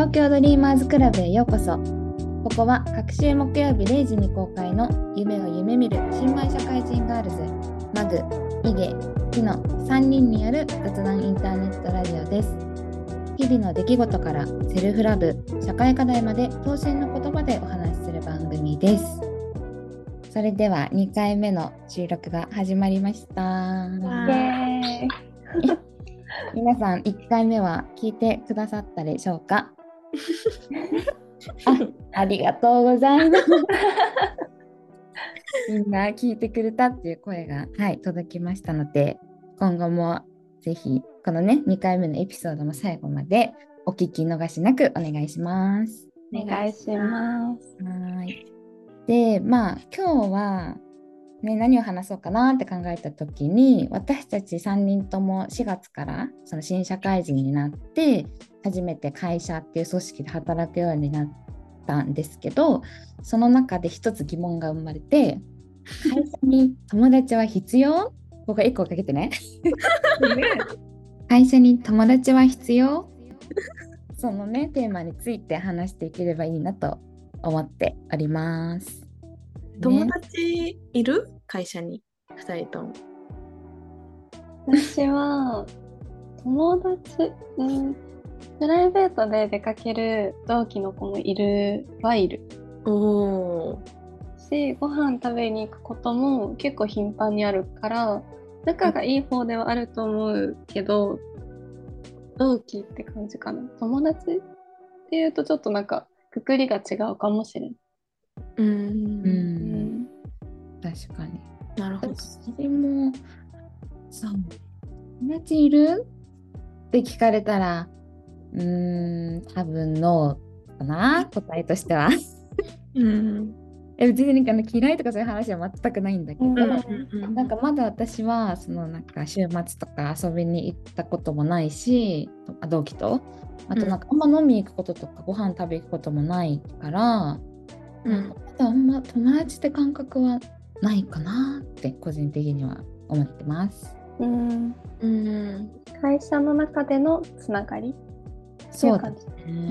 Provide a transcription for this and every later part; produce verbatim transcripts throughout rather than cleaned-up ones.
東京ドリーマーズクラブへようこそ。ここは各週木曜日れいじに公開の夢を夢見る新米社会人ガールズ、マグ、イゲ、キのさんにんによる雑談インターネットラジオです。日々の出来事からセルフラブ、社会課題まで等身の言葉でお話しする番組です。それではにかいめの収録が始まりました。 イエーイ皆さんいっかいめは聞いてくださったでしょうか？あ, ありがとうございます。みんな聞いてくれたっていう声が、はい、届きましたので、今後もぜひこのねにかいめのエピソードの最後までお聞き逃しなくお願いします。 お願いします。 はい。で、まあ今日はね、何を話そうかなって考えた時に、私たちさんにんともしがつからその新社会人になって初めて会社っていう組織で働くようになったんですけど、その中で一つ疑問が生まれて、会社に友達は必要？ここいっこかけてね。会社に友達は必要？そのねテーマについて話していければいいなと思っております。 友達いる？会社にふたりとも。 私は友達、うん、プライベートで出かける同期の子もいるはいる。 おーし、ご飯食べに行くことも結構頻繁にあるから仲がいい方ではあると思うけど、同期って感じかな。友達っていうとちょっとなんかくくりが違うかもしれない。 うん、 うんうん確かに。 なるほど。 私もそう友達いるって聞かれたらうーん多分ノーかな、答えとしては。 うんえ別になんか嫌いとかそういう話は全くないんだけど、 うんなんかまだ私はそのなんか週末とか遊びに行ったこともないし、あ同期とあとなんかあんま飲み行くこととかご飯食べ行くこともないから、 うんなんかまだあんま友達って感覚はないかなって個人的には思ってます。 うんうん、 会社の中でのつながりそうだね、 ううん、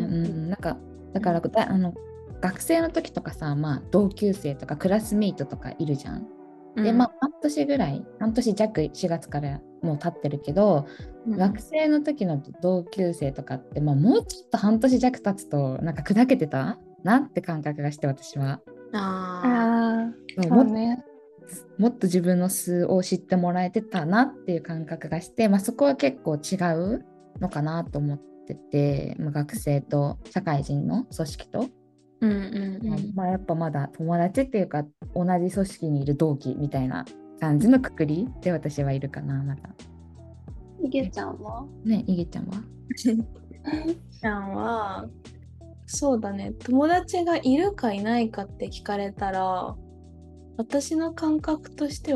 なんかだからだあの学生の時とかさ、まあ、同級生とかクラスメイトとかいるじゃん。で、まあ、半年ぐらい、半年弱しがつからもう経ってるけど、 うん、 学生の時の同級生とかって、まあ、もうちょっと半年弱経つと、なんか砕けてたなって感覚がして、私は。 ああもっと、 ね、 もっと自分の素を知ってもらえてたなっていう感覚がして、まあ、そこは結構違うのかなと思ってて、まあ、学生と社会人の組織と。 うんうんうん、 まあやっぱまだ友達っていうか同じ組織にいる同期みたいな感じのくくりで私はいるかな、まだ。 いげちゃんはね、いげちゃんはちゃんはそうだね、友達がいるかいないかって聞かれたら、私の感覚として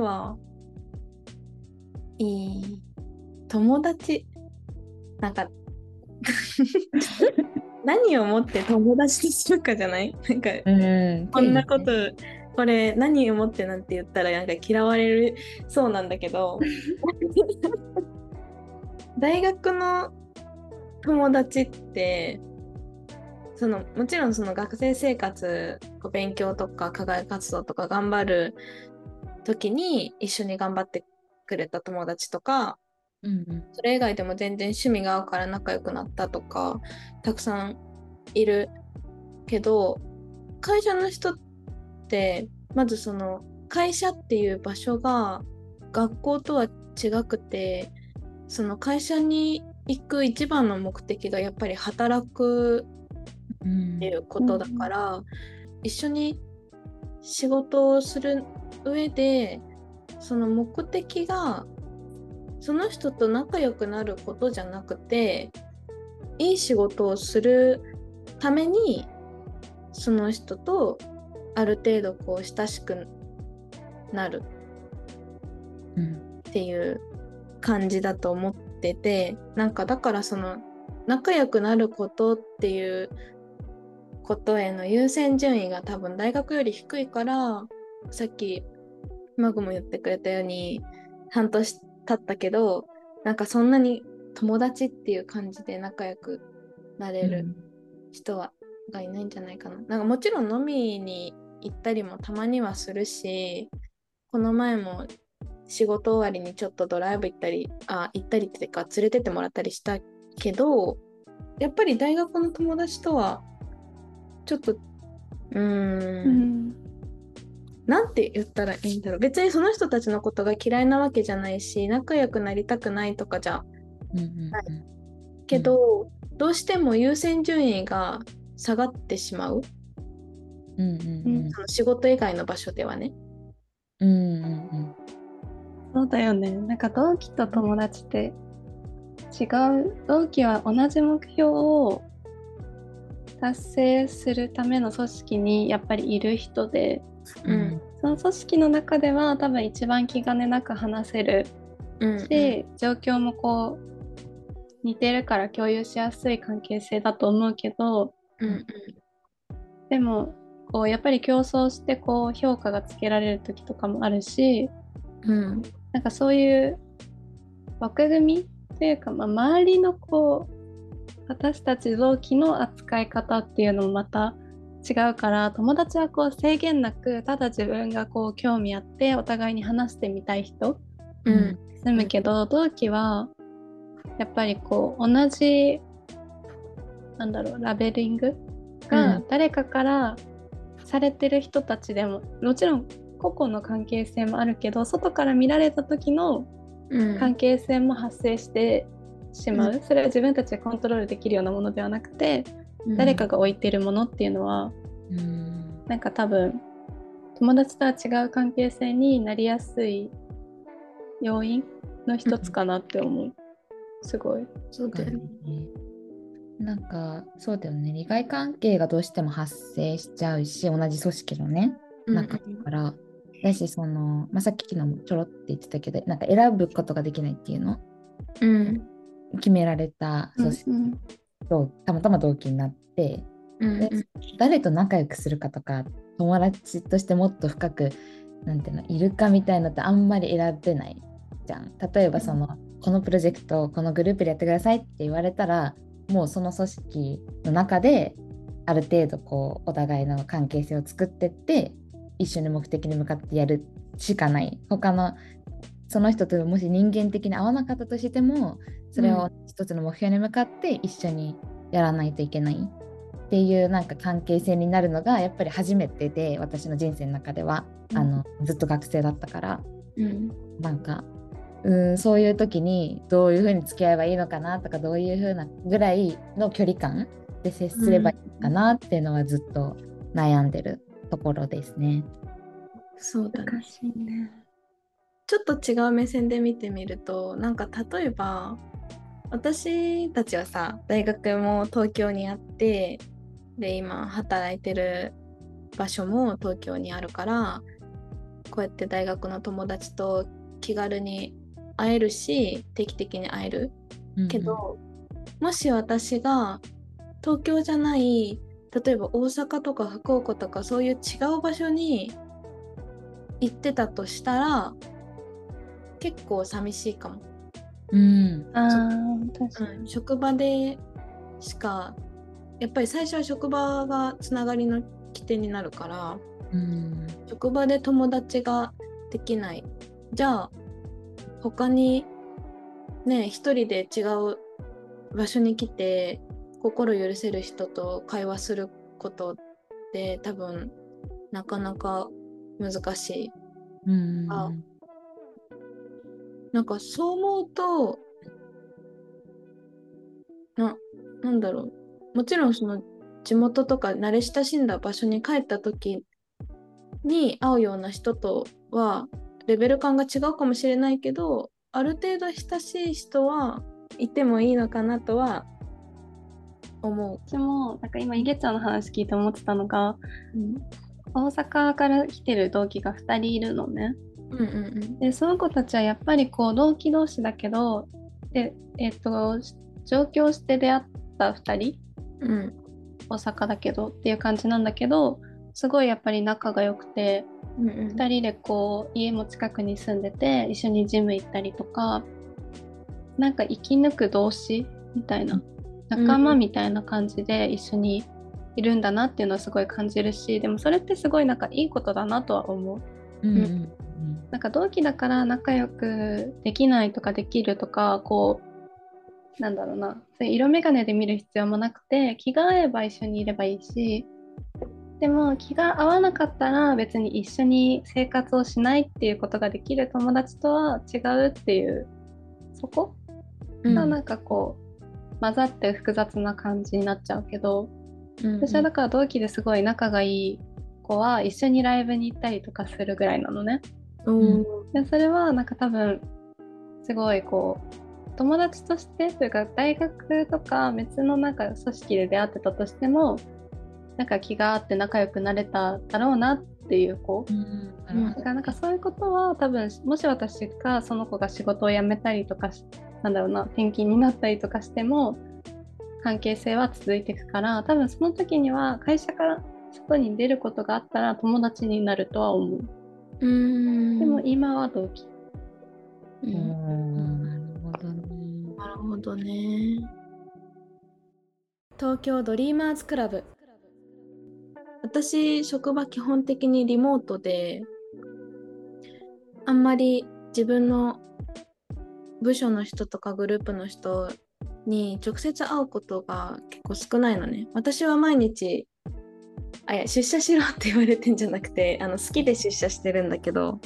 はいい友達なんか何をもって友達にするかじゃない？なんか、うん、こんなこと、これ何をもってなんて言ったらなんか嫌われるそうなんだけど大学の友達ってそのもちろんその学生生活勉強とか課外活動とか頑張る時に一緒に頑張ってくれた友達とか、 うんうん、 それ以外でも全然趣味が合うから仲良くなったとかたくさんいるけど、会社の人ってまずその会社っていう場所が学校とは違くて、その会社に行く一番の目的がやっぱり働くっていうことだから、うん、一緒に仕事をする上でその目的がその人と仲良くなることじゃなくて、いい仕事をするためにその人とある程度こう親しくなるっていう感じだと思ってて、なんかだからその仲良くなることっていうことへの優先順位が多分大学より低いから、さっきマグも言ってくれたように半年経ったけどなんかそんなに友達っていう感じで仲良くなれる人はがいないんじゃないかな。なんかもちろん飲みに行ったりもたまにはするし、この前も仕事終わりにちょっとドライブ行ったり、あ、行ったりっていうか連れてってもらったりしたけど、やっぱり大学の友達とはちょっとうーん、 うん、 なんて言ったらいいんだろう。別にその人たちのことが嫌いなわけじゃないし、仲良くなりたくないとかじゃうんうんないうんけど、どうしても優先順位が下がってしまう。 うんうんその仕事以外の場所ではね。 うんうんうんそうだよね。なんか同期と友達って違う。同期は同じ目標を達成するための組織にやっぱりいる人で、 うん。 その組織の中では多分一番気兼ねなく話せるうん。 し、状況もこう似てるから共有しやすい関係性だと思うけど、 うんうんでもこうやっぱり競争してこう評価がつけられる時とかもあるし、 うんなんかそういう枠組みというか、まあ、周りのこう私たち同期の扱い方っていうのもまた違うから、友達はこう制限なくただ自分がこう興味あってお互いに話してみたい人うん住むけど、同期はやっぱりこう同じなんだろうラベリングが誰かからされてる人たちでも、もちろん個々の関係性もあるけど、外から見られた時のうん関係性も発生してしまう、うん、それは自分たちでコントロールできるようなものではなくて、うん、誰かが置いているものっていうのは、うん、なんか多分友達とは違う関係性になりやすい要因の一つかなって思う、うん、すごい。 そうだよね。 なんかそうだよね、利害関係がどうしても発生しちゃうし、同じ組織のね中から、うん、だしその、まあ、さっき昨日もちょろって言ってたけど、なんか選ぶことができないっていうの、うん、決められた組織と、うん、たまたま同期になって、うん、で誰と仲良くするかとか、友達としてもっと深くなんていうのいるかみたいのってあんまり選べないじゃん。例えばその、うん、このプロジェクトこのグループでやってくださいって言われたら、もうその組織の中である程度こうお互いの関係性を作ってって一緒に目的に向かってやるしかない。他のその人ともし人間的に合わなかったとしても、それを一つの目標に向かって一緒にやらないといけないっていうなんか関係性になるのがやっぱり初めてで、私の人生の中では、うん、あのずっと学生だったから、うん、なんかうん、そういう時にどういう風に付き合えばいいのかなとか、どういう風なぐらいの距離感で接すればいいかなっていうのはずっと悩んでるところですね。 そうだね。 難しいね。 ちょっと違う目線で見てみると、なんか例えば私たちはさ、大学も東京にあって、で今働いてる場所も東京にあるから、こうやって大学の友達と気軽に会えるし、定期的に会える、うんうん、けどもし私が東京じゃない例えば大阪とか福岡とかそういう違う場所に行ってたとしたら結構寂しいかも。 うん、 あ確かに、 うん、職場でしかやっぱり最初は職場がつながりの起点になるから、うん、職場で友達ができない。じゃあ他にね一人で違う場所に来て心許せる人と会話することって多分なかなか難しい、うん、あなんかそう思うとな、なんだろう、もちろんその地元とか慣れ親しんだ場所に帰った時に会うような人とはレベル感が違うかもしれないけど、ある程度親しい人はいてもいいのかなとは思う。 私もなんか今イゲちゃんの話聞いて思ってたのが、うん、大阪から来てる同期がふたりいるのね、うんうんうん、でその子たちはやっぱりこう同期同士だけど、で、えー、と上京して出会ったふたり、うん、大阪だけどっていう感じなんだけど、すごいやっぱり仲が良くて、うんうん、ふたりでこう家も近くに住んでて一緒にジム行ったりとか、なんか生き抜く同士みたいな仲間みたいな感じで一緒にいるんだなっていうのはすごい感じるし、でもそれってすごいなんかいいことだなとは思う。 うんうんなんか同期だから仲良くできないとかできるとか、こうなんだろうな、そういう色眼鏡で見る必要もなくて、気が合えば一緒にいればいいし、でも気が合わなかったら別に一緒に生活をしないっていうことができる友達とは違うっていう、そこうんがなんかこう混ざって複雑な感じになっちゃうけど、 うん私はだから同期ですごい仲がいい子は一緒にライブに行ったりとかするぐらいなのね。 うんでそれはなんか多分すごいこう友達としてというか、大学とか別のなんか組織で出会ってたとしてもなんか気が合って仲良くなれただろうなっていう子、 うんだからなんかそういうことは多分もし私がその子が仕事を辞めたりとかしなんだろうな転勤になったりとかしても関係性は続いていくから、多分その時には会社から外に出ることがあったら友達になるとは思う。 うんでも今は同期。 ううんんなるほどね。 なるほどね。 東京ドリーマーズクラブ。 私職場基本的にリモートで、あんまり自分の部署の人とかグループの人に直接会うことが結構少ないのね。私は毎日あいや出社しろって言われてんじゃなくて、あの好きで出社してるんだけど、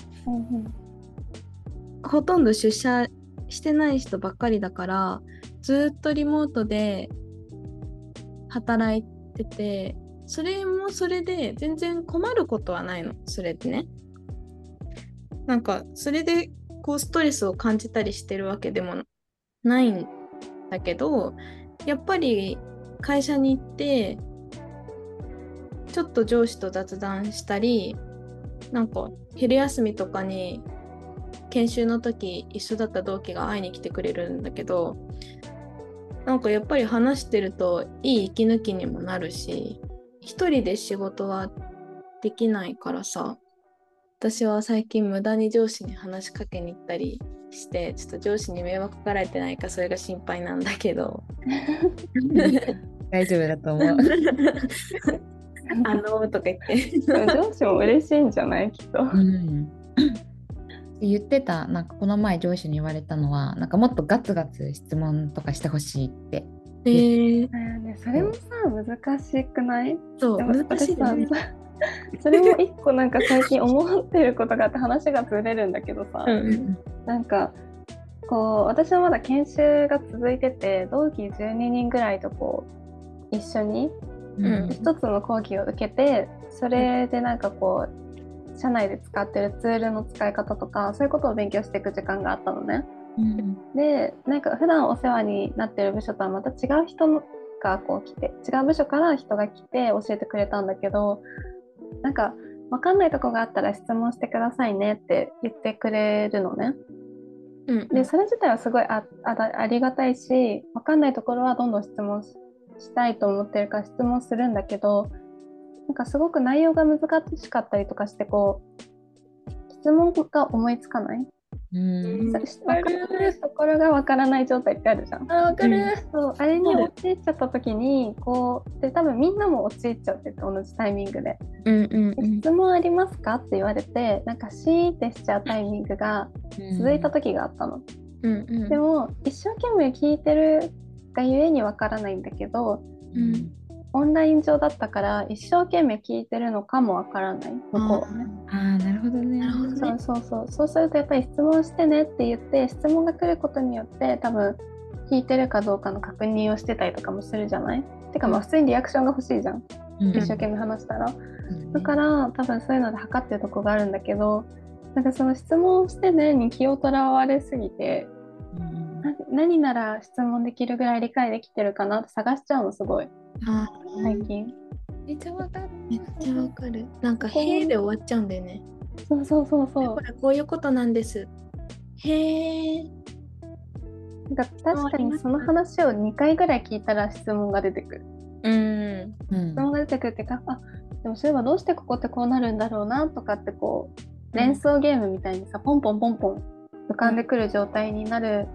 ほとんど出社してない人ばっかりだから、ずっとリモートで働いてて、それもそれで全然困ることはないの。それってね、なんかそれでこうストレスを感じたりしてるわけでもないんだけど、やっぱり会社に行ってちょっと上司と雑談したり、なんか昼休みとかに研修の時一緒だった同期が会いに来てくれるんだけど、なんかやっぱり話してるといい息抜きにもなるし、一人で仕事はできないからさ、私は最近無駄に上司に話しかけに行ったりして、ちょっと上司に迷惑かかられてないかそれが心配なんだけど大丈夫だと思う。 あのーとか言って上司も嬉しいんじゃないきっと。 うん言ってた、なんかこの前上司に言われたのは、なんかもっとガツガツ質問とかしてほしいって。 えー、 だよね、それもさ難しくない？ そうでも難しいよね。 私さそれも一個なんか最近思ってることがあって話がずれるんだけどさ、 うんうんなんかこう私はまだ研修が続いてて、同期じゅうににんぐらいとこう一緒にうん一つの講義を受けて、それでなんかこう社内で使ってるツールの使い方とかそういうことを勉強していく時間があったのね。 うんでなんか普段お世話になってる部署とはまた違う人がこう来て、違う部署から人が来て教えてくれたんだけど、なんか分かんないとこがあったら質問してくださいねって言ってくれるのね。 うんでそれ自体はすごい あ, あ, ありがたいし、分かんないところはどんどん質問 し, したいと思ってるから質問するんだけど、なんかすごく内容が難しかったりとかして、こう質問が思いつかない、 うん分かるところが分からない状態ってあるじゃん。 あ、わかる、 そうあれに陥っちゃった時にこうで多分みんなも陥っちゃってて、同じタイミングで、 うんうんうん、 質問ありますかって言われて、なんかシーってしちゃうタイミングが続いた時があったの、 うんうん、 でも一生懸命聞いてるがゆえに分からないんだけど、 うんオンライン上だったから一生懸命聞いてるのかも分からない、向こうはね。 ああ、なるほどね。 なるほどね。 そうそうそうそうするとやっぱり質問してねって言って、質問が来ることによって多分聞いてるかどうかの確認をしてたりとかもするじゃない。てかまあ普通にリアクションが欲しいじゃん、 うん一生懸命話したら。 うんだから多分そういうので測ってるとこがあるんだけど、なんかその質問してねに気をとらわれすぎて、 うんな何なら質問できるぐらい理解できてるかなって探しちゃうの、すごいあ最近。 めっちゃわかる。 めっちゃわかる。なんか「へー」で終わっちゃうんだよね。 そうそうそうそうこれこういうことなんです。へー。 なんか確かにその話をにかいぐらい聞いたら質問が出てくる。 うん。 うん質問が出てくるっていうか、あでもそういえばどうしてここってこうなるんだろうなとかってこう連想ゲームみたいにさ、ポンポンポンポン浮かんでくる状態になる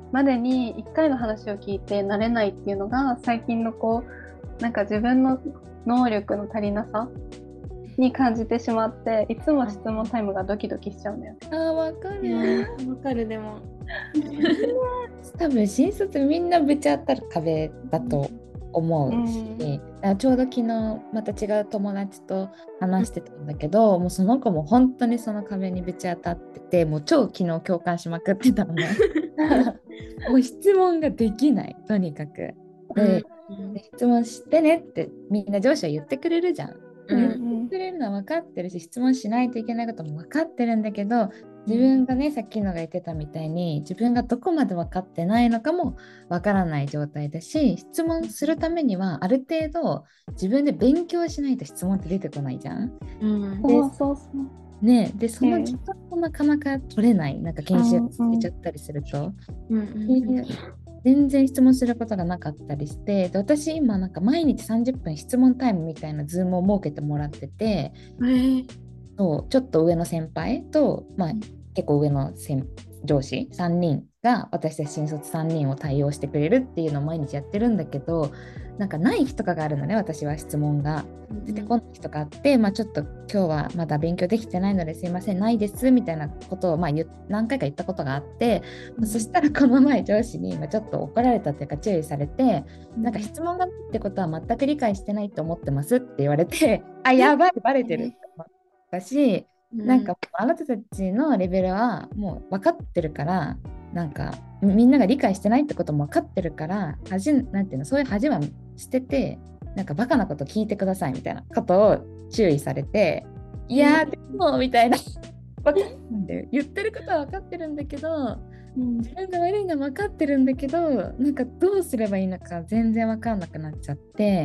までにいっかいの話を聞いて慣れないっていうのが最近のこうなんか自分の能力の足りなさに感じてしまって、いつも質問タイムがドキドキしちゃうんだよね。 あーわかわる。 かる。でも多分新卒みんなぶち当たる壁だと思うし、 うんだからちょうど昨日また違う友達と話してたんだけど、もうその子も本当にその壁にぶち当たってて、もう超昨日共感しまくってたのね。もう質問ができない、とにかく。で、 うんで質問してねってみんな上司は言ってくれるじゃん。 うん言ってくれるのは分かってるし、質問しないといけないことも分かってるんだけど、自分がね、さっきのが言ってたみたいに、自分がどこまで分かってないのかも分からない状態だし、質問するためにはある程度自分で勉強しないと質問って出てこないじゃん。 うんでそうそうそうね、で、その時間もなかなか取れない、なんか研修つけちゃったりすると。 うんうんで全然質問することがなかったりして、で私今なんか毎日さんじゅっぷん質問タイムみたいなズームを設けてもらってて、 えーそうちょっと上の先輩と、まあ、結構上の先上司さんにんが私たち新卒さんにんを対応してくれるっていうのを毎日やってるんだけど、なんかない日とかがあるのね、私は質問が出てこない日とかあって、まあ、ちょっと今日はまだ勉強できてないのですいませんないですみたいなことをまあ言何回か言ったことがあって、まあそしたらこの前上司にまあちょっと怒られたっていうか注意されて、なんか質問がないってことは全く理解してないと思ってますって言われて、あやばいバレてるって思ったし、なんかあなたたちのレベルはもう分かってるから、なんかみんなが理解してないってことも分かってるから恥なんていうの、そういう恥は捨てて、なんかバカなこと聞いてくださいみたいなことを注意されて、いやーでもみたいな分かんだよ、言ってることは分かってるんだけど、自分が悪いのは分かってるんだけど、なんかどうすればいいのか全然分かんなくなっちゃって、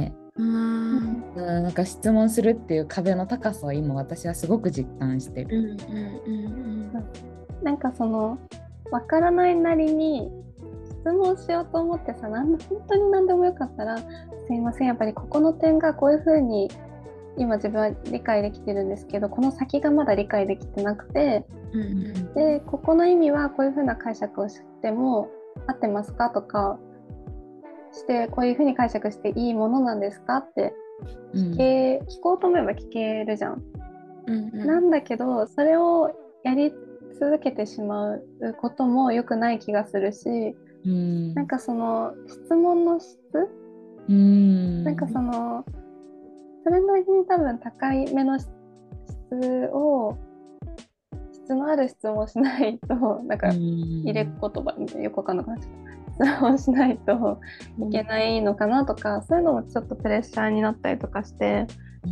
うんうんなんか質問するっていう壁の高さを今私はすごく実感してる。 うんうんうんなんかその分からないなりに質問しようと思ってさ、なん本当に何でもよかったら、すいませんやっぱりここの点がこういう風に今自分は理解できてるんですけど、この先がまだ理解できてなくて、 うんうんでここの意味はこういう風な解釈をしても合ってますかとかして、こういう風に解釈していいものなんですかって聞け、聞こうと思えば聞けるじゃん。 うんうんなんだけどそれをやり続けてしまうことも良くない気がするし、 うんなんかその質問の質、 うんなんかそのそれなりに多分高いめの質を質のある質問をしないと、なんか入れ言葉みたいなよくわかんなくなっちゃった。質問しないといけないのかなとか、そういうのもちょっとプレッシャーになったりとかして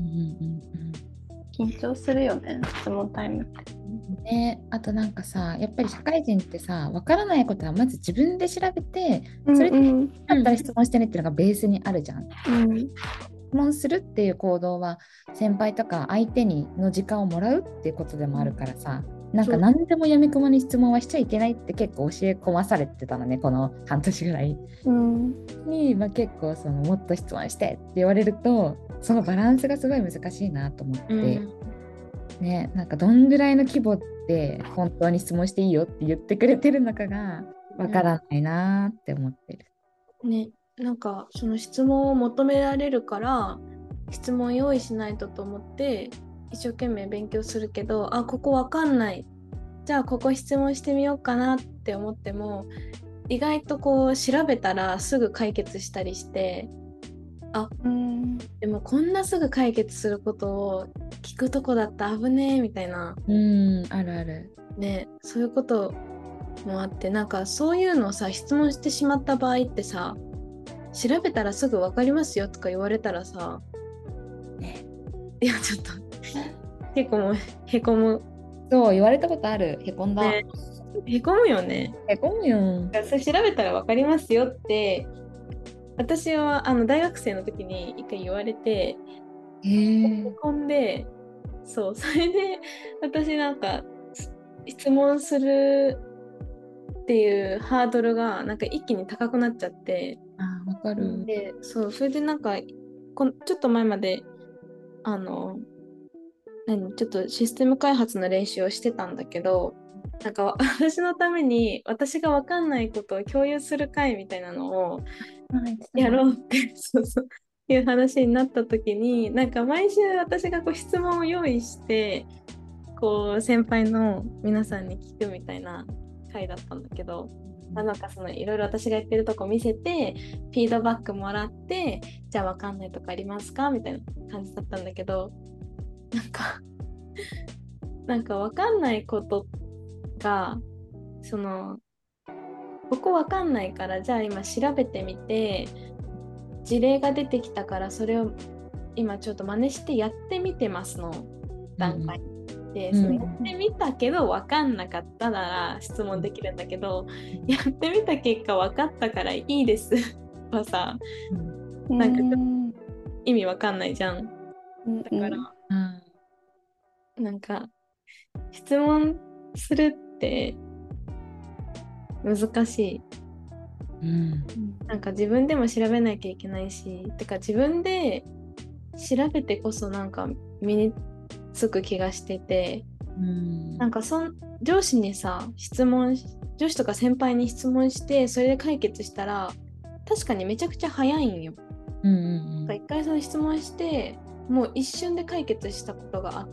緊張するよね、質問タイムって。 ね、あとなんかさ、やっぱり社会人ってさ、わからないことはまず自分で調べて、それでうんだったら質問してねっていうのがベースにあるじゃん。 うん質問するっていう行動は先輩とか相手にの時間をもらうっていうことでもあるからさ、なんか何でもやみくもに質問はしちゃいけないって結構教え込まされてたのね、この半年ぐらいうんに、まあ、結構そのもっと質問してって言われると、そのバランスがすごい難しいなと思って、 うんね、なんかどんぐらいの規模で本当に質問していいよって言ってくれてるのかがわからないなって思ってる。 ね、なんかその質問を求められるから質問用意しないとと思って一生懸命勉強するけど、あここわかんない、じゃあここ質問してみようかなって思っても、意外とこう調べたらすぐ解決したりして、あうんでもこんなすぐ解決することを聞くとこだった危ねえみたいな、 うんあるある。 ね、そういうこともあって、なんかそういうのをさ質問してしまった場合ってさ、調べたらすぐ分かりますよとか言われたらさ、 ね、 いやちょっと結構もうへこむ。 そう言われたことある。へこんだ。 ね、へこむよね。 へこむよ。 それ調べたら分かりますよって私はあの大学生の時に一回言われて、 へへえ。 こんで、そうそれで私なんか質問するっていうハードルがなんか一気に高くなっちゃって、 あわかる。 でそうそれでなんかこんちょっと前まであの何ちょっとシステム開発の練習をしてたんだけど、 なんか私のために私が分かんないことを共有する会みたいなのをやろうってそうそういう話になった時に、なんか毎週私がこう質問を用意してこう先輩の皆さんに聞くみたいな回だったんだけど、まあ、なんかそのいろいろ私がやってるとこ見せてフィードバックもらって、じゃあ分かんないとこありますかみたいな感じだったんだけど、なんかなんか分かんないことがそのここ分かんないからじゃあ今調べてみて事例が出てきたからそれを今ちょっと真似してやってみてますの段階、うん、でそのやってみたけど分かんなかったなら質問できるんだけど、うん、やってみた結果分かったからいいですはさ、うん、なんか意味分かんないじゃん。だから、うん、なんか質問するって難しい、うん、なんか自分でも調べなきゃいけないし、てか自分で調べてこそなんか身につく気がしてて、うん、なんかそん上司にさ質問上司とか先輩に質問してそれで解決したら確かにめちゃくちゃ早いんよ、うんうんうん、なんか一回その質問してもう一瞬で解決したことがあって、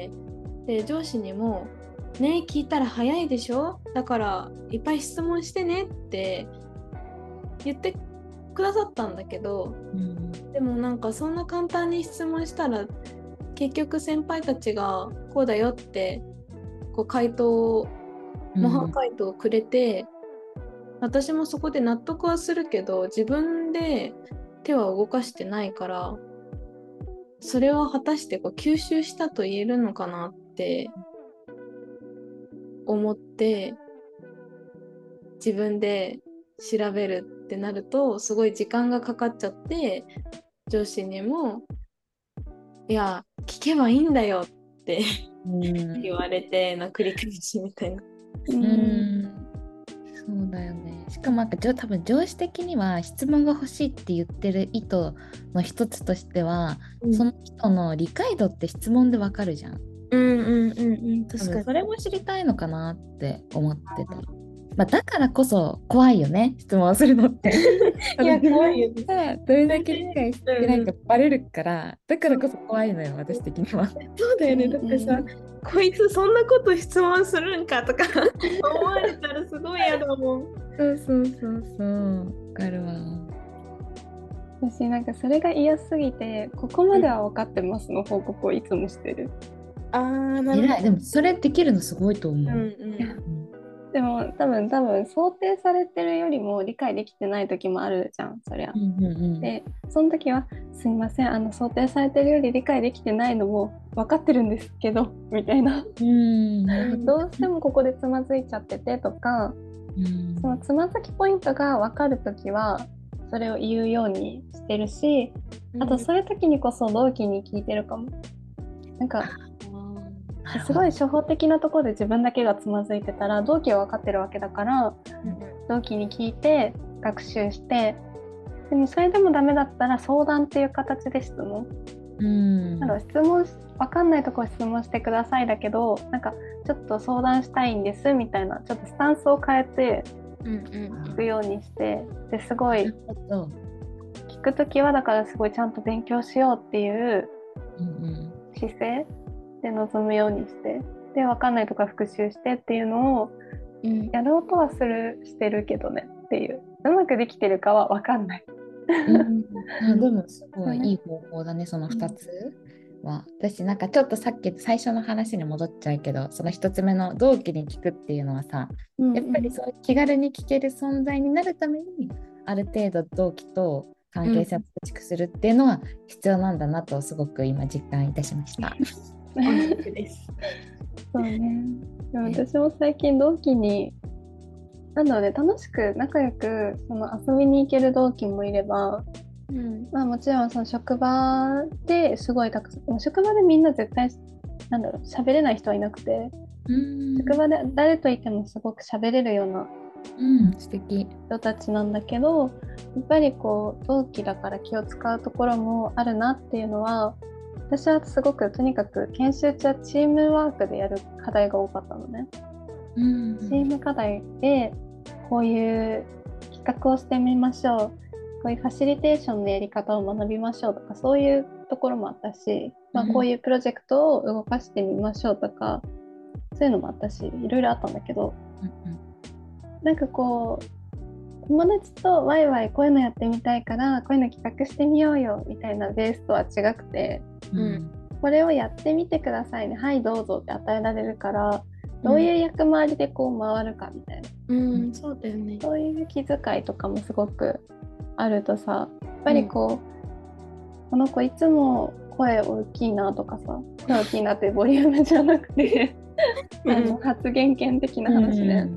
で上司にもね聞いたら早いでしょ、だからいっぱい質問してねって言ってくださったんだけど、うん、でもなんかそんな簡単に質問したら結局先輩たちがこうだよってこう回答を模範回答をくれて、うん、私もそこで納得はするけど自分で手は動かしてないからそれは果たしてこう吸収したと言えるのかなって思って自分で調べるってなるとすごい時間がかかっちゃって、上司にもいや聞けばいいんだよって言われての繰り返しみたいな。 うん、うんそうだよね。しかもなんか多分上司的には質問が欲しいって言ってる意図の一つとしては、うん、その人の理解度って質問でわかるじゃん。 うんうんうんうん確かにそれも知りたいのかなって思ってた。まあ、だからこそ怖いよね質問するのっていや怖いよね。 どれだけ理解してないかバレるから、だからこそ怖いのよ私的には。 そうだよね。だってさ、こいつそんなこと質問するんかとか思われたらすごい嫌だもん。 そうそうそうそうわかるわ。 私なんかそれが嫌すぎてここまでは分かってますの報告をいつもしてる。 あーなるほど。 でもそれできるのすごいと思う。うんうんでも多分多分想定されてるよりも理解できてない時もあるじゃんそりゃ、うんうんうん、でその時はすいませんあの想定されてるより理解できてないのも分かってるんですけどみたいな、うんどうしてもここでつまずいちゃっててとか、うん、そのつまずきポイントが分かる時はそれを言うようにしてるし、あとそういう時にこそ同期に聞いてるかも。なんかすごい初歩的なところで自分だけがつまずいてたら同期は分かってるわけだから、うん、同期に聞いて学習して、でもそれでもダメだったら相談っていう形で質問、うん、なんか質問分かんないところ質問してくださいだけどなんかちょっと相談したいんですみたいなちょっとスタンスを変えて聞くようにして、ですごい聞くときはだからすごいちゃんと勉強しようっていう姿勢で臨むようにして、で分かんないとか復習してっていうのをやろうとはするしてるけどねっていう、うまくできてるかは分かんない、 うん、でもすごいいい方法だねそのふたつは、うん、私なんかちょっとさっき最初の話に戻っちゃうけどそのひとつめの同期に聞くっていうのはさ、うんうん、やっぱりそういう気軽に聞ける存在になるためにある程度同期と関係性を構築するっていうのは必要なんだなとすごく今実感いたしました。 ですそうね。でも私も最近同期になので楽しく仲良くその遊びに行ける同期もいれば、うんまあ、もちろんその職場ですごいたくさん職場でみんな絶対なんだろう喋れない人はいなくて、うん職場で誰といてもすごく喋れるようなうん、素敵人たちなんだけど、やっぱりこう同期だから気を使うところもあるなっていうのは私はすごくとにかく研修中はチームワークでやる課題が多かったのね。 うんチーム課題でこういう企画をしてみましょう、こういうファシリテーションのやり方を学びましょうとか、そういうところもあったし、まあ、こういうプロジェクトを動かしてみましょうとか、そういうのもあったし、いろいろあったんだけど、なんかこう友達とワイワイこういうのやってみたいからこういうの企画してみようよみたいなベースとは違くて、 うん、 これをやってみてくださいね、はいどうぞって与えられるから、どういう役回りでこう回るかみたいな、 うん、うん、そうだよね。 そういう気遣いとかもすごくあるとさ、やっぱりこう、うん、この子いつも声大きいなとかさ、声大きいなってボリュームじゃなくてあの発言権的な話ね、うん、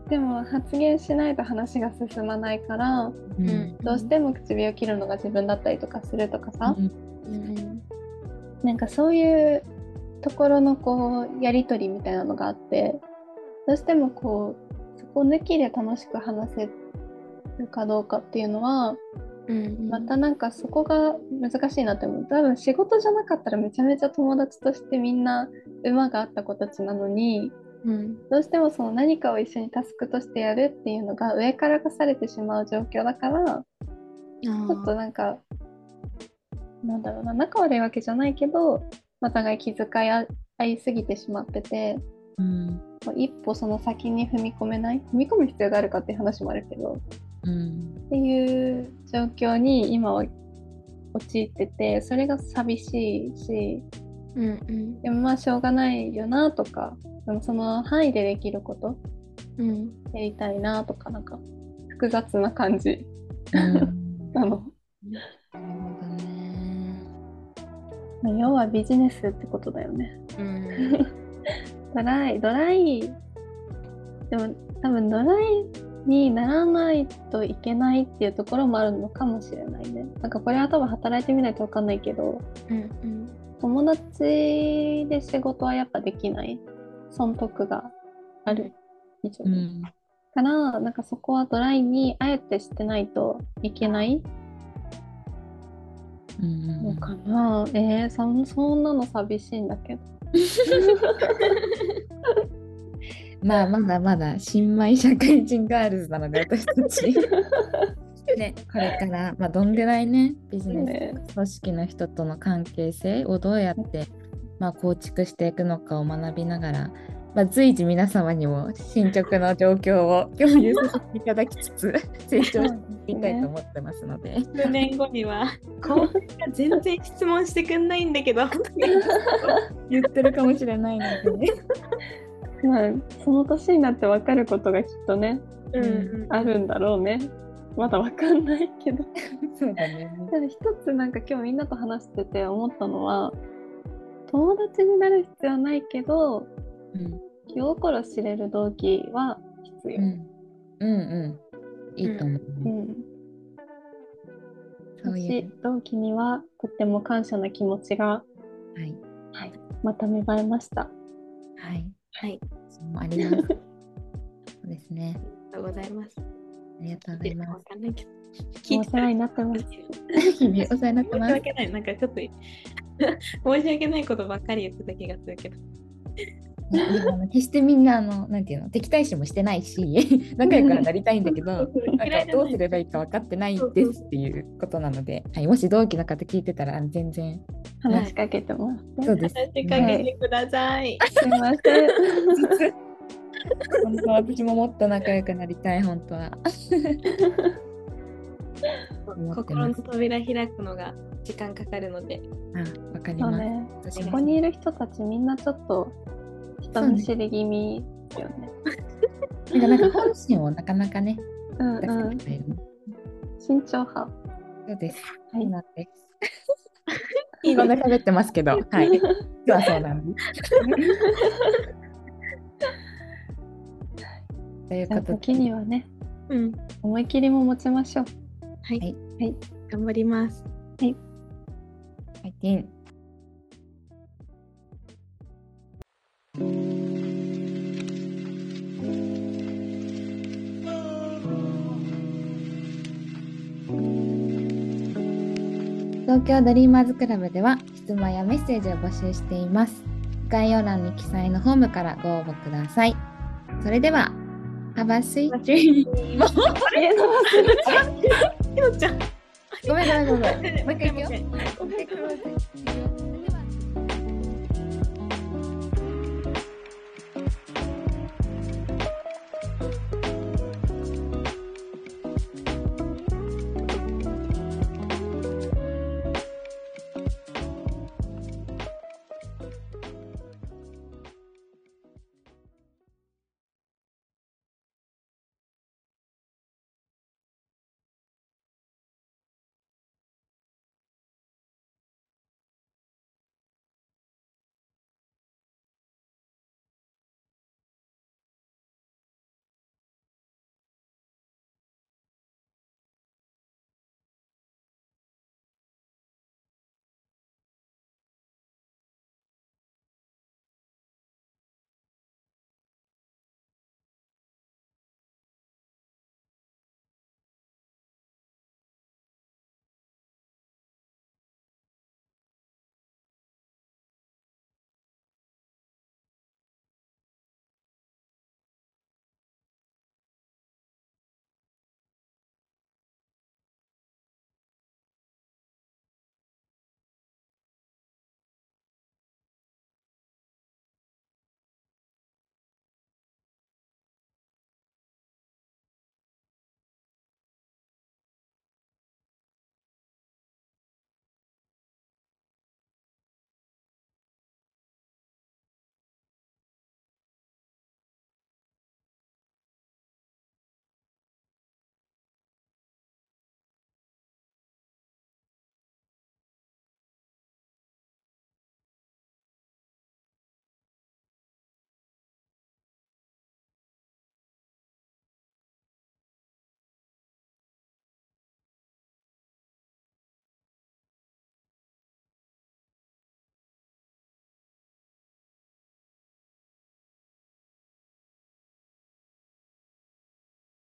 でも発言しないと話が進まないから、うん、どうしても唇を切るのが自分だったりとかするとかさ、うんうん、なんかそういうところのこうやり取りみたいなのがあって、どうしてもこうそこ抜きで楽しく話せるかどうかっていうのは、うんうん、またなんかそこが難しいなって思う。多分仕事じゃなかったらめちゃめちゃ友達としてみんな馬があった子たちなのに、うん、どうしてもその何かを一緒にタスクとしてやるっていうのが上から課されてしまう状況だから、ちょっとなんかなんだろうな、仲悪いわけじゃないけどお互い気遣い合いすぎてしまってて、うん、一歩その先に踏み込めない、踏み込む必要があるかっていう話もあるけど、うん、っていう状況に今は陥ってて、それが寂しいし、うんうん、でもまあしょうがないよなとか、でもその範囲でできること、うん、やりたいなとか、なんか複雑な感じ、うん、なの。なるほどね。要はビジネスってことだよね。うん、ドライドライでも多分ドライにならないといけないっていうところもあるのかもしれないね。なんかこれは多分働いてみないと分かんないけど、うんうん、友達で仕事はやっぱできない損得がある以上、うん、からなんかそこはドライにあえてしてないといけないのかな、うん、えー、そ, そんなの寂しいんだけどまあまだまだ新米社会人ガールズなので私たちね、これから、まあ、どんでないねビジネス組織の人との関係性をどうやって、まあ、構築していくのかを学びながら、まあ、随時皆様にも進捗の状況を共有させていただきつつ成長していきたいと思ってますので、 数年後にはこう全然質問してくんないんだけど言ってるかもしれないのでねまあ、その年になって分かることがきっとね、うんうん、あるんだろうね。まだ分かんないけどそうだね。 ただ一つなんか今日みんなと話してて思ったのは、友達になる必要はないけど、うん、気心知れる同期は必要、うん、 うんうんいいと思う、うんうん、 そういう同期にはとっても感謝の気持ちが、はいはい、また芽生えました。 はいはい、そうありますそうですね。 ありがとうございます。 ありがとうございます。 お世話になってます。 日々お世話になってます。 申し訳ない、なんかちょっと申し訳ないことばっかり言ってた気がするけど。 決してみんなあのなんていうの敵対視もしてないし仲良くなりたいんだけどなんかどうすればいいか分かってないですっていうことなので、はい、もし同期の方聞いてたら全然話しかけてます、 ね、そうです、 話しかけてください、 はい、すいません本当私ももっと仲良くなりたい本当は心の扉開くのが時間かかるので、 あ、わかります、ね、 ここにいる人たちみんなちょっと人見知り気味ですよね。 なんかなんか本心をなかなかね、 うんうん、慎重派。 そうです。はい、なんです。いいので喋ってますけど、はい。今日はそうなんです。 ということで、時にはね、うん、思い切りも持ちましょう。 はい。はい。頑張ります。 はい。 はい。東京ドリーマーズクラブでは質問やメッセージを募集しています。 概要欄に記載のフォームからご応募ください。それでは、Have a sweet dream! もうえの忘れちゃうひろちゃん。 ごめんごめんごめん。もう一回いくよ。 ごめんごめんもう一回いくよ。では